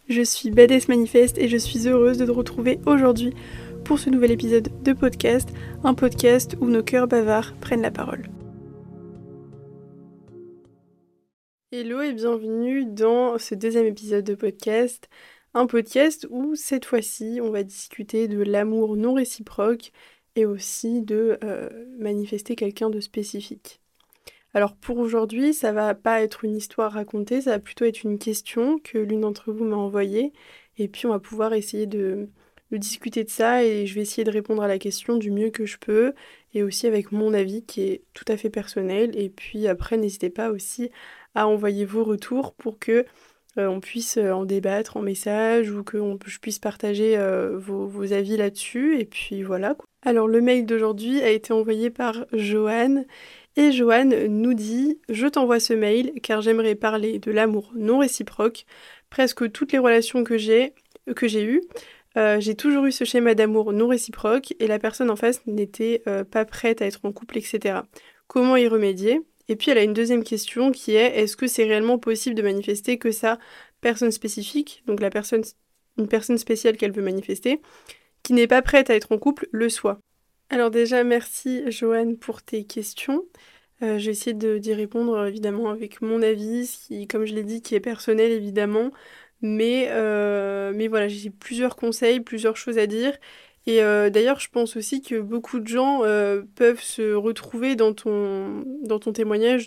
Je suis Badass Manifeste et je suis heureuse de te retrouver aujourd'hui pour ce nouvel épisode de podcast, un podcast où nos cœurs bavards prennent la parole. Hello et bienvenue dans ce deuxième épisode de podcast, un podcast où cette fois-ci on va discuter de l'amour non réciproque et aussi de manifester quelqu'un de spécifique. Alors pour aujourd'hui, ça va pas être une histoire racontée, ça va plutôt être une question que l'une d'entre vous m'a envoyée. Et puis on va pouvoir essayer de discuter de ça et je vais essayer de répondre à la question du mieux que je peux et aussi avec mon avis qui est tout à fait personnel. Et puis après, n'hésitez pas aussi à envoyer vos retours pour que on puisse en débattre en message ou que je puisse partager vos avis là-dessus. Et puis voilà, quoi. Alors le mail d'aujourd'hui a été envoyé par Joanne. Et Joanne nous dit « Je t'envoie ce mail car j'aimerais parler de l'amour non réciproque. Presque toutes les relations que j'ai eues, j'ai toujours eu ce schéma d'amour non réciproque et la personne en face n'était pas prête à être en couple, etc. Comment y remédier ?» Et puis elle a une deuxième question qui est « Est-ce que c'est réellement possible de manifester que sa personne spécifique, donc une personne spéciale qu'elle veut manifester, qui n'est pas prête à être en couple, le soit ?» Alors déjà, merci Joanne pour tes questions. Je vais essayer d'y répondre évidemment avec mon avis, qui, comme je l'ai dit, qui est personnel évidemment. Mais voilà, j'ai plusieurs conseils, plusieurs choses à dire. Et d'ailleurs, je pense aussi que beaucoup de gens peuvent se retrouver dans ton témoignage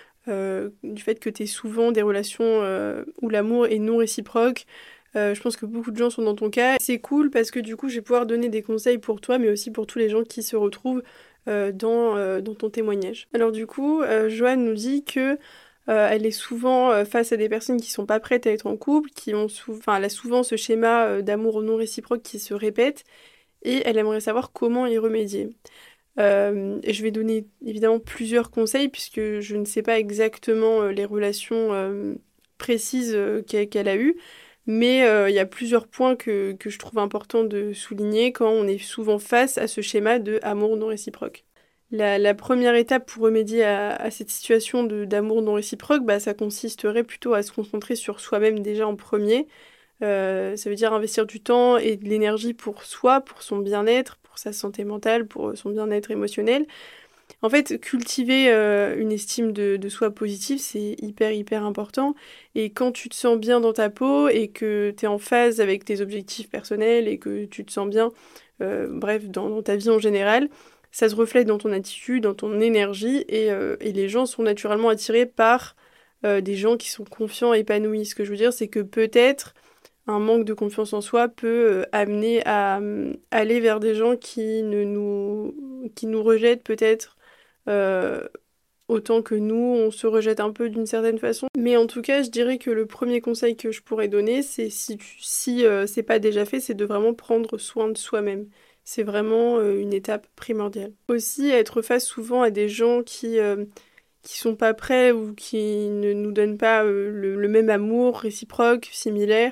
du fait que tu aies souvent des relations où l'amour est non réciproque. Je pense que beaucoup de gens sont dans ton cas. C'est cool parce que du coup, je vais pouvoir donner des conseils pour toi, mais aussi pour tous les gens qui se retrouvent dans ton témoignage. Alors du coup, Joanne nous dit que elle est souvent face à des personnes qui sont pas prêtes à être en couple, elle a souvent ce schéma d'amour non réciproque qui se répète, et elle aimerait savoir comment y remédier. Et je vais donner évidemment plusieurs conseils puisque je ne sais pas exactement les relations précises qu'elle a eues. Mais il y a plusieurs points que je trouve important de souligner quand on est souvent face à ce schéma de amour non réciproque. La première étape pour remédier à cette situation d'amour non réciproque, bah, ça consisterait plutôt à se concentrer sur soi-même déjà en premier. Ça veut dire investir du temps et de l'énergie pour soi, pour son bien-être, pour sa santé mentale, pour son bien-être émotionnel. En fait, cultiver une estime de soi positive, c'est hyper important. Et quand tu te sens bien dans ta peau et que tu es en phase avec tes objectifs personnels et que tu te sens bien, bref, dans ta vie en général, ça se reflète dans ton attitude, dans ton énergie et les gens sont naturellement attirés par des gens qui sont confiants, épanouis. Ce que je veux dire, c'est que peut-être un manque de confiance en soi peut amener à aller vers des gens qui nous rejettent peut-être euh, autant que nous, on se rejette un peu d'une certaine façon. Mais en tout cas, je dirais que le premier conseil que je pourrais donner, c'est si c'est pas déjà fait, c'est de vraiment prendre soin de soi-même. C'est vraiment une étape primordiale. Aussi, être face souvent à des gens qui sont pas prêts ou qui ne nous donnent pas le même amour réciproque, similaire.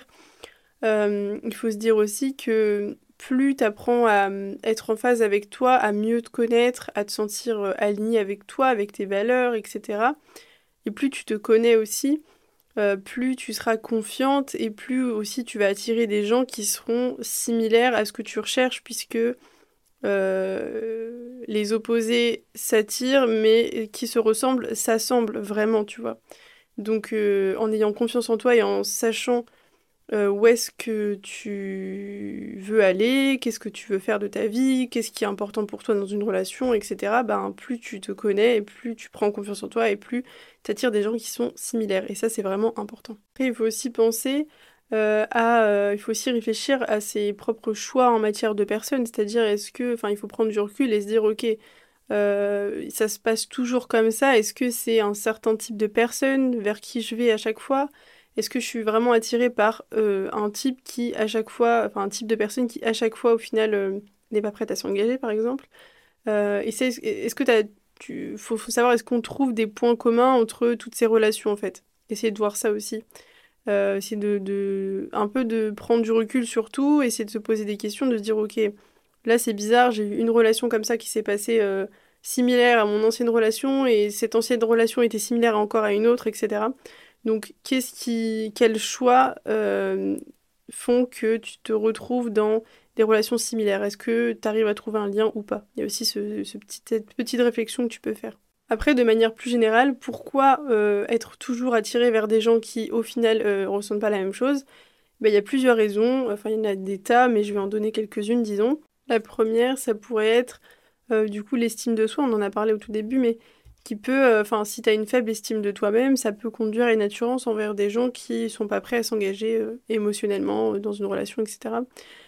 Il faut se dire aussi que plus tu apprends à être en phase avec toi, à mieux te connaître, à te sentir aligné avec toi, avec tes valeurs, etc. Et plus tu te connais aussi, plus tu seras confiante et plus aussi tu vas attirer des gens qui seront similaires à ce que tu recherches puisque les opposés s'attirent mais qui se ressemblent s'assemblent vraiment, tu vois. Donc en ayant confiance en toi et en sachant où est-ce que tu veux aller, qu'est-ce que tu veux faire de ta vie, qu'est-ce qui est important pour toi dans une relation, etc. Ben, plus tu te connais, et plus tu prends confiance en toi, et plus tu attires des gens qui sont similaires. Et ça, c'est vraiment important. Après, il faut aussi penser il faut aussi réfléchir à ses propres choix en matière de personnes, c'est-à-dire il faut prendre du recul et se dire, ok, ça se passe toujours comme ça, est-ce que c'est un certain type de personne vers qui je vais à chaque fois? Est-ce que je suis vraiment attirée par un type qui, à chaque fois, enfin un type de personne qui, à chaque fois, au final, n'est pas prête à s'engager, par exemple? Est-ce que faut savoir, est-ce qu'on trouve des points communs entre toutes ces relations, en fait? Essayer de voir ça aussi. Essayer un peu de prendre du recul sur tout, essayer de se poser des questions, de se dire, ok, là c'est bizarre, j'ai eu une relation comme ça qui s'est passée similaire à mon ancienne relation, et cette ancienne relation était similaire encore à une autre, etc. Donc, quels choix font que tu te retrouves dans des relations similaires? Est-ce que tu arrives à trouver un lien ou pas? Il y a aussi cette petite réflexion que tu peux faire. Après, de manière plus générale, pourquoi être toujours attiré vers des gens qui, au final, ressentent pas la même chose? Ben, il y a plusieurs raisons, enfin, il y en a des tas, mais je vais en donner quelques-unes, disons. La première, ça pourrait être, du coup, l'estime de soi, on en a parlé au tout début, mais qui peut, enfin, si tu as une faible estime de toi-même, ça peut conduire à une attirance envers des gens qui sont pas prêts à s'engager émotionnellement dans une relation, etc.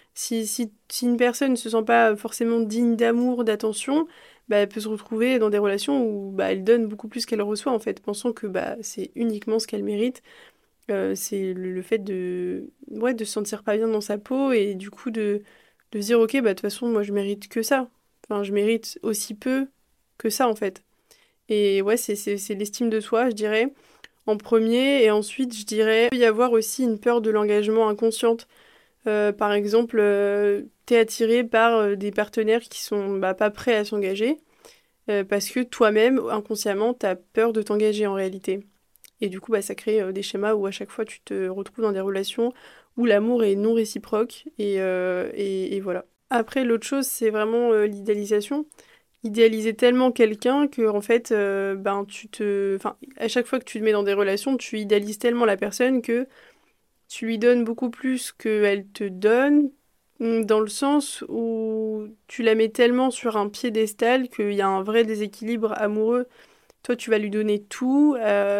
Si une personne ne se sent pas forcément digne d'amour, d'attention, bah, elle peut se retrouver dans des relations où bah, elle donne beaucoup plus qu'elle reçoit, en fait, pensant que bah, c'est uniquement ce qu'elle mérite. C'est le fait ouais, de se sentir pas bien dans sa peau et du coup de se dire, ok, bah, de toute façon, moi, je mérite que ça. Enfin, je mérite aussi peu que ça, en fait. Et ouais, c'est l'estime de soi, je dirais, en premier. Et ensuite, je dirais, il peut y avoir aussi une peur de l'engagement inconsciente. Par exemple, t'es attiré par des partenaires qui sont bah, pas prêts à s'engager, parce que toi-même, inconsciemment, t'as peur de t'engager en réalité. Et du coup, bah, ça crée des schémas où à chaque fois, tu te retrouves dans des relations où l'amour est non réciproque, et voilà. Après, l'autre chose, c'est vraiment l'idéalisation. Idéaliser tellement quelqu'un que en fait ben enfin à chaque fois que tu te mets dans des relations, tu idéalises tellement la personne que tu lui donnes beaucoup plus qu'elle te donne, dans le sens où tu la mets tellement sur un piédestal qu'il y a un vrai déséquilibre amoureux. Toi, tu vas lui donner tout,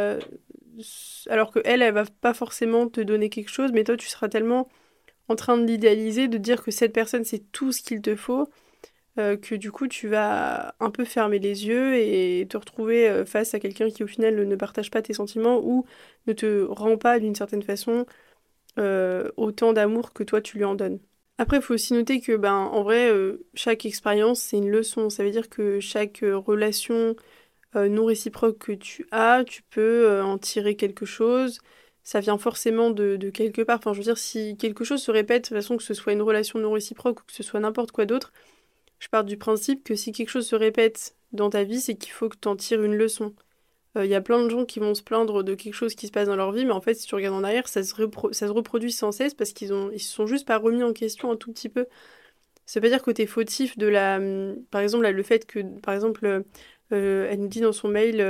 alors que elle va pas forcément te donner quelque chose, mais toi, tu seras tellement en train de l'idéaliser, de dire que cette personne, c'est tout ce qu'il te faut, que du coup tu vas un peu fermer les yeux et te retrouver face à quelqu'un qui au final ne partage pas tes sentiments ou ne te rend pas d'une certaine façon autant d'amour que toi tu lui en donnes. Après, il faut aussi noter que ben en vrai, chaque expérience c'est une leçon. Ça veut dire que chaque relation non réciproque que tu as, tu peux en tirer quelque chose. Ça vient forcément de quelque part. Enfin, je veux dire, si quelque chose se répète, de toute façon, que ce soit une relation non réciproque ou que ce soit n'importe quoi d'autre, je pars du principe que si quelque chose se répète dans ta vie, c'est qu'il faut que tu en tires une leçon. Il y a plein de gens qui vont se plaindre de quelque chose qui se passe dans leur vie, mais en fait, si tu regardes en arrière, ça se reproduit sans cesse parce ils se sont juste pas remis en question un tout petit peu. Ça veut pas dire que t'es fautif de par exemple, là, le fait que, par exemple, elle nous dit dans son mail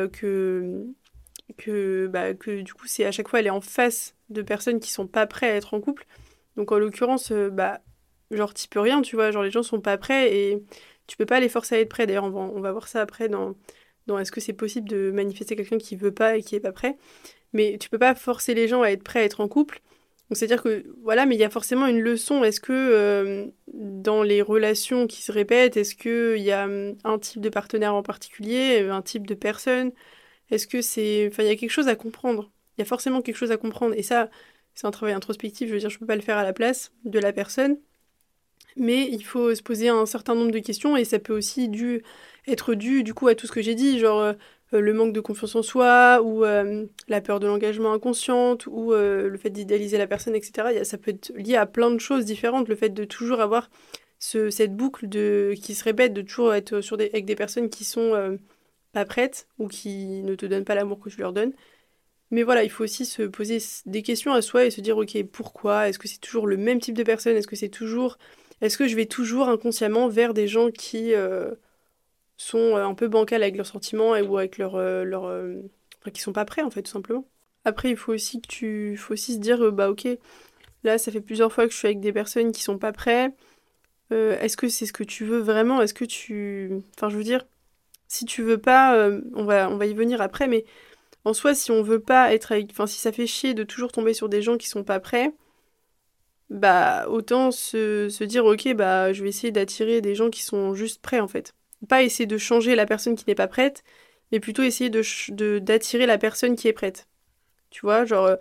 que du coup, c'est à chaque fois, elle est en face de personnes qui sont pas prêtes à être en couple. Donc, en l'occurrence, bah, genre, t'y peux rien, tu vois. Genre, les gens sont pas prêts et tu peux pas les forcer à être prêts. D'ailleurs, on va voir ça après dans est-ce que c'est possible de manifester quelqu'un qui veut pas et qui est pas prêt. Mais tu peux pas forcer les gens à être prêts à être en couple. Donc, c'est-à-dire que, voilà, mais il y a forcément une leçon. Est-ce que dans les relations qui se répètent, est-ce qu'il y a un type de partenaire en particulier, un type de personne? Est-ce que c'est... Enfin, il y a quelque chose à comprendre. Il y a forcément quelque chose à comprendre. Et ça, c'est un travail introspectif. Je veux dire, je peux pas le faire à la place de la personne. Mais il faut se poser un certain nombre de questions et ça peut aussi être dû du coup à tout ce que j'ai dit, genre le manque de confiance en soi ou la peur de l'engagement inconsciente ou le fait d'idéaliser la personne, etc. Ça peut être lié à plein de choses différentes, le fait de toujours avoir cette boucle qui se répète, de toujours être avec des personnes qui sont pas prêtes ou qui ne te donnent pas l'amour que tu leur donnes. Mais voilà, il faut aussi se poser des questions à soi et se dire, ok, pourquoi? Est-ce que c'est toujours le même type de personne? Est-ce que je vais toujours inconsciemment vers des gens qui sont un peu bancals avec leurs sentiments ou avec enfin, qui sont pas prêts en fait, tout simplement. Après, faut aussi se dire, bah ok, là, ça fait plusieurs fois que je suis avec des personnes qui sont pas prêts. Est-ce que c'est ce que tu veux vraiment? Enfin, je veux dire, si tu veux pas, on va y venir après, mais en soi, si on veut pas être avec... Enfin, si ça fait chier de toujours tomber sur des gens qui sont pas prêts, bah autant se dire, ok, bah je vais essayer d'attirer des gens qui sont juste prêts, en fait. Pas essayer de changer la personne qui n'est pas prête, mais plutôt essayer d'attirer la personne qui est prête. Tu vois, genre,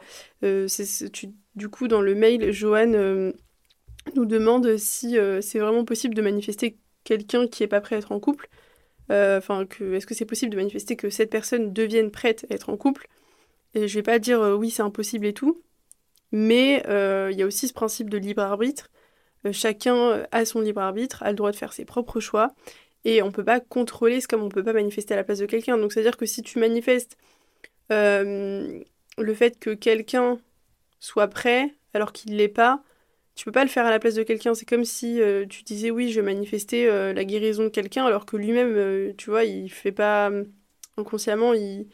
du coup, dans le mail, Johan nous demande si c'est vraiment possible de manifester quelqu'un qui est pas prêt à être en couple. Enfin, est-ce que c'est possible de manifester que cette personne devienne prête à être en couple? Et je vais pas dire oui, c'est impossible et tout, mais il y a aussi ce principe de libre arbitre. Chacun a son libre arbitre, a le droit de faire ses propres choix, et on peut pas contrôler, c'est comme on peut pas manifester à la place de quelqu'un. Donc c'est-à-dire que si tu manifestes euh, le fait que quelqu'un soit prêt alors qu'il l'est pas, tu peux pas le faire à la place de quelqu'un. C'est comme si tu disais oui, je vais manifester la guérison de quelqu'un alors que lui-même, tu vois, il fait pas inconsciemment,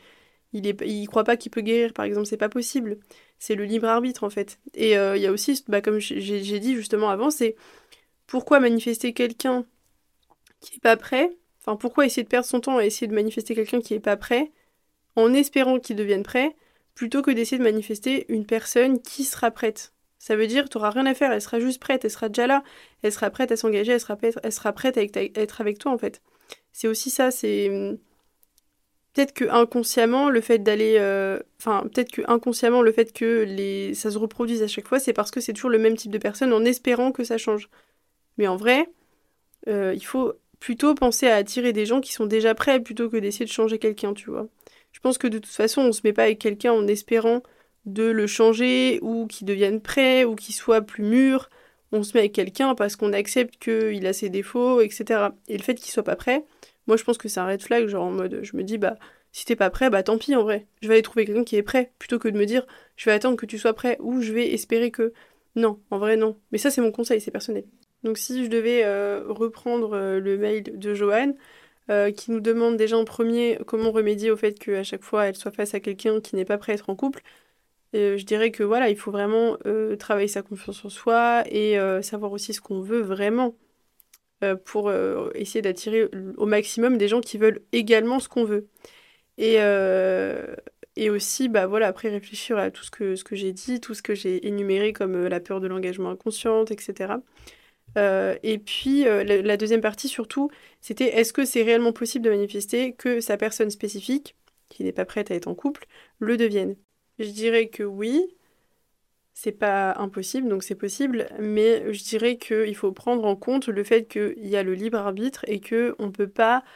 il croit pas qu'il peut guérir, par exemple, c'est pas possible. C'est le libre arbitre en fait. Et il y a aussi, bah, comme j'ai dit justement avant, c'est pourquoi manifester quelqu'un qui est pas prêt. Enfin, pourquoi essayer de perdre son temps à essayer de manifester quelqu'un qui est pas prêt en espérant qu'il devienne prêt, plutôt que d'essayer de manifester une personne qui sera prête. Ça veut dire, tu n'auras rien à faire, elle sera juste prête, elle sera déjà là, elle sera prête à s'engager, elle sera prête à être avec toi en fait. C'est aussi ça, c'est peut-être que inconsciemment le fait d'aller, enfin peut-être que inconsciemment le fait que ça se reproduise à chaque fois, c'est parce que c'est toujours le même type de personne en espérant que ça change. Mais en vrai, il faut plutôt penser à attirer des gens qui sont déjà prêts plutôt que d'essayer de changer quelqu'un, tu vois. Je pense que de toute façon, on se met pas avec quelqu'un en espérant de le changer ou qu'il devienne prêt ou qu'il soit plus mûr. On se met avec quelqu'un parce qu'on accepte qu'il a ses défauts, etc. Et le fait qu'il soit pas prêt, moi je pense que c'est un red flag, genre en mode, je me dis, bah si t'es pas prêt, bah tant pis en vrai. Je vais aller trouver quelqu'un qui est prêt plutôt que de me dire, je vais attendre que tu sois prêt ou je vais espérer que. Non, en vrai non. Mais ça c'est mon conseil, c'est personnel. Donc si je devais reprendre le mail de Joanne, qui nous demande déjà en premier comment remédier au fait qu'à chaque fois elle soit face à quelqu'un qui n'est pas prêt à être en couple, je dirais que voilà, il faut vraiment travailler sa confiance en soi et savoir aussi ce qu'on veut vraiment pour essayer d'attirer au maximum des gens qui veulent également ce qu'on veut. Et, euh, et aussi, bah voilà, après réfléchir à tout ce que j'ai dit, tout ce que j'ai énuméré comme la peur de l'engagement inconsciente, etc. Et puis la deuxième partie surtout, c'était est-ce que c'est réellement possible de manifester que sa personne spécifique, qui n'est pas prête à être en couple, le devienne? Je dirais que oui, c'est pas impossible, donc c'est possible, mais je dirais qu'il faut prendre en compte le fait qu'il y a le libre arbitre et que on peut pas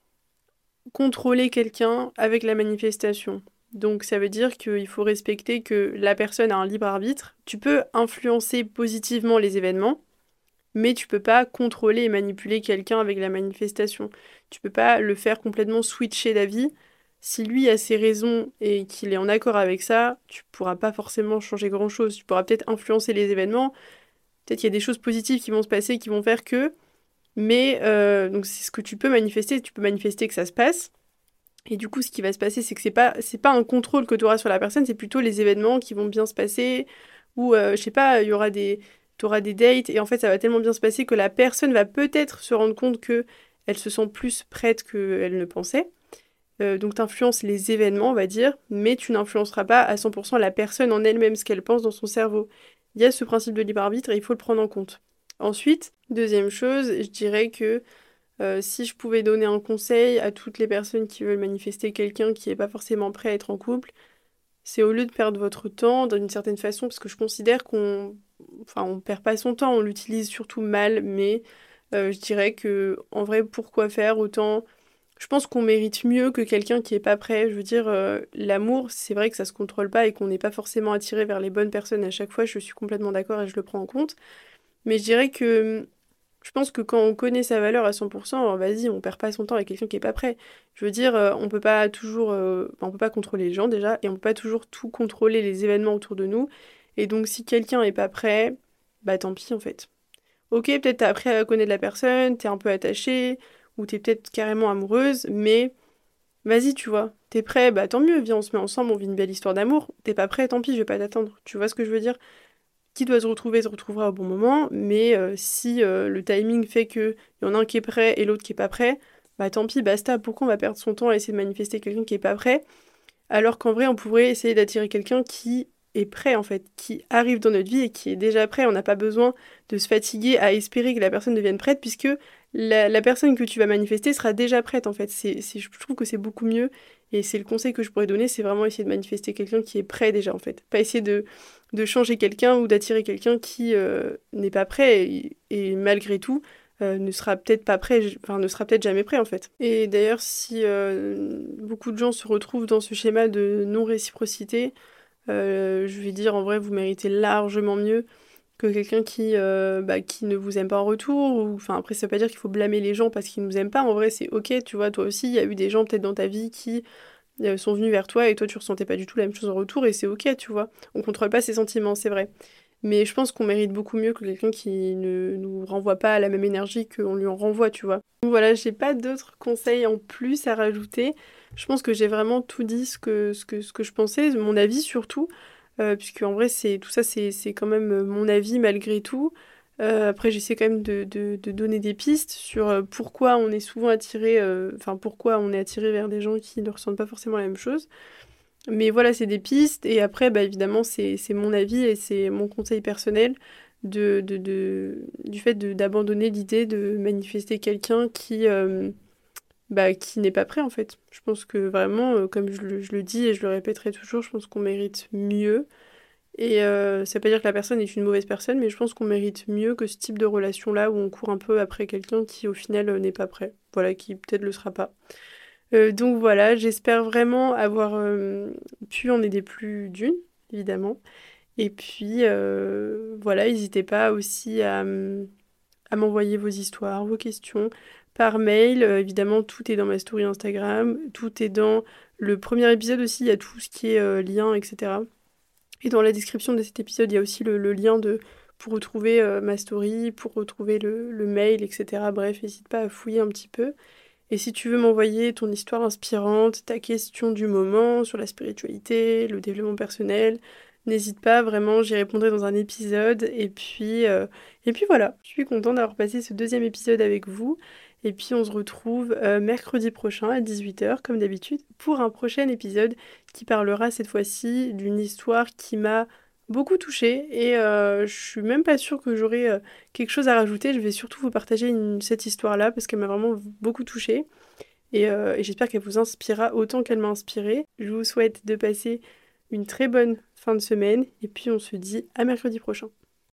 contrôler quelqu'un avec la manifestation. Donc ça veut dire qu'il faut respecter que la personne a un libre arbitre. Tu peux influencer positivement les événements, mais tu peux pas contrôler et manipuler quelqu'un avec la manifestation. Tu peux pas le faire complètement switcher d'avis. Si lui a ses raisons et qu'il est en accord avec ça, tu pourras pas forcément changer grand-chose. Tu pourras peut-être influencer les événements. Peut-être qu'il y a des choses positives qui vont se passer, qui vont faire que. Mais donc c'est ce que tu peux manifester. Tu peux manifester que ça se passe. Et du coup, ce qui va se passer, c'est que c'est pas un contrôle que tu auras sur la personne, c'est plutôt les événements qui vont bien se passer, ou je sais pas, t'auras des dates, et en fait, ça va tellement bien se passer que la personne va peut-être se rendre compte que elle se sent plus prête qu'elle ne pensait. Donc t'influences les événements, on va dire, mais tu n'influenceras pas à 100% la personne en elle-même, ce qu'elle pense dans son cerveau. Il y a ce principe de libre arbitre et il faut le prendre en compte. Ensuite, deuxième chose, je dirais que si je pouvais donner un conseil à toutes les personnes qui veulent manifester quelqu'un qui n'est pas forcément prêt à être en couple, c'est au lieu de perdre votre temps d'une certaine façon, parce que je considère on perd pas son temps, on l'utilise surtout mal, mais je dirais que en vrai, pourquoi faire autant. Je pense qu'on mérite mieux que quelqu'un qui est pas prêt. Je veux dire, l'amour, c'est vrai que ça se contrôle pas et qu'on n'est pas forcément attiré vers les bonnes personnes à chaque fois. Je suis complètement d'accord et je le prends en compte. Mais je dirais que je pense que quand on connaît sa valeur à 100%, vas-y, on perd pas son temps avec quelqu'un qui est pas prêt. Je veux dire, on peut pas toujours, on peut pas contrôler les gens déjà, et on peut pas toujours tout contrôler les événements autour de nous. Et donc, si quelqu'un est pas prêt, bah tant pis en fait. Ok, peut-être t'as appris à connaître la personne, t'es un peu attachée, ou t'es peut-être carrément amoureuse, mais vas-y, tu vois, t'es prêt, bah tant mieux, viens, on se met ensemble, on vit une belle histoire d'amour. T'es pas prêt, tant pis, je vais pas t'attendre. Tu vois ce que je veux dire? Qui doit se retrouvera au bon moment, mais si le timing fait que y en a un qui est prêt et l'autre qui est pas prêt, bah tant pis, basta, pourquoi on va perdre son temps à essayer de manifester quelqu'un qui est pas prêt, alors qu'en vrai on pourrait essayer d'attirer quelqu'un qui est prêt en fait, qui arrive dans notre vie et qui est déjà prêt, on n'a pas besoin de se fatiguer à espérer que la personne devienne prête, puisque la personne que tu vas manifester sera déjà prête en fait, je trouve que c'est beaucoup mieux, et c'est le conseil que je pourrais donner, c'est vraiment essayer de manifester quelqu'un qui est prêt déjà en fait, pas essayer de changer quelqu'un ou d'attirer quelqu'un qui n'est pas prêt et malgré tout ne sera peut-être pas prêt, enfin ne sera peut-être jamais prêt en fait. Et d'ailleurs, si beaucoup de gens se retrouvent dans ce schéma de non-réciprocité, je vais dire en vrai, vous méritez largement mieux que quelqu'un qui ne vous aime pas en retour. Ou, enfin, après, ça veut pas dire qu'il faut blâmer les gens parce qu'ils nous aiment pas. En vrai, c'est ok, tu vois, toi aussi, il y a eu des gens peut-être dans ta vie qui sont venus vers toi et toi tu ressentais pas du tout la même chose en retour et c'est ok, tu vois. On contrôle pas ses sentiments, c'est vrai. Mais je pense qu'on mérite beaucoup mieux que quelqu'un qui ne nous renvoie pas la même énergie qu'on lui en renvoie, tu vois. Donc voilà, j'ai pas d'autres conseils en plus à rajouter. Je pense que j'ai vraiment tout dit ce que je pensais, mon avis surtout, puisque en vrai, tout ça, c'est quand même mon avis malgré tout. Après, j'essaie quand même de donner des pistes sur pourquoi on est souvent attiré, enfin pourquoi on est attiré vers des gens qui ne ressentent pas forcément la même chose. Mais voilà, c'est des pistes. Et après, bah, évidemment, c'est mon avis et c'est mon conseil personnel du fait d'abandonner l'idée de manifester quelqu'un qui n'est pas prêt, en fait. Je pense que vraiment, comme je le dis et je le répéterai toujours, je pense qu'on mérite mieux. Et ça veut pas dire que la personne est une mauvaise personne, mais je pense qu'on mérite mieux que ce type de relation-là où on court un peu après quelqu'un qui, au final, n'est pas prêt. Voilà, qui peut-être le sera pas. Donc voilà, j'espère vraiment avoir pu en aider plus d'une, évidemment. Et puis voilà, n'hésitez pas aussi à m'envoyer vos histoires, vos questions par mail. Évidemment, tout est dans ma story Instagram, tout est dans le premier épisode aussi, il y a tout ce qui est lien, etc. Et dans la description de cet épisode, il y a aussi le lien pour retrouver ma story, pour retrouver le mail, etc. Bref, n'hésite pas à fouiller un petit peu. Et si tu veux m'envoyer ton histoire inspirante, ta question du moment sur la spiritualité, le développement personnel, n'hésite pas, vraiment, j'y répondrai dans un épisode. Et puis voilà, je suis contente d'avoir passé ce deuxième épisode avec vous. Et puis on se retrouve mercredi prochain à 18h, comme d'habitude, pour un prochain épisode qui parlera cette fois-ci d'une histoire qui m'a beaucoup touchée. Et je suis même pas sûre que j'aurai quelque chose à rajouter. Je vais surtout vous partager cette histoire-là parce qu'elle m'a vraiment beaucoup touchée. Et j'espère qu'elle vous inspirera autant qu'elle m'a inspirée. Je vous souhaite de passer une très bonne fin de semaine. Et puis on se dit à mercredi prochain.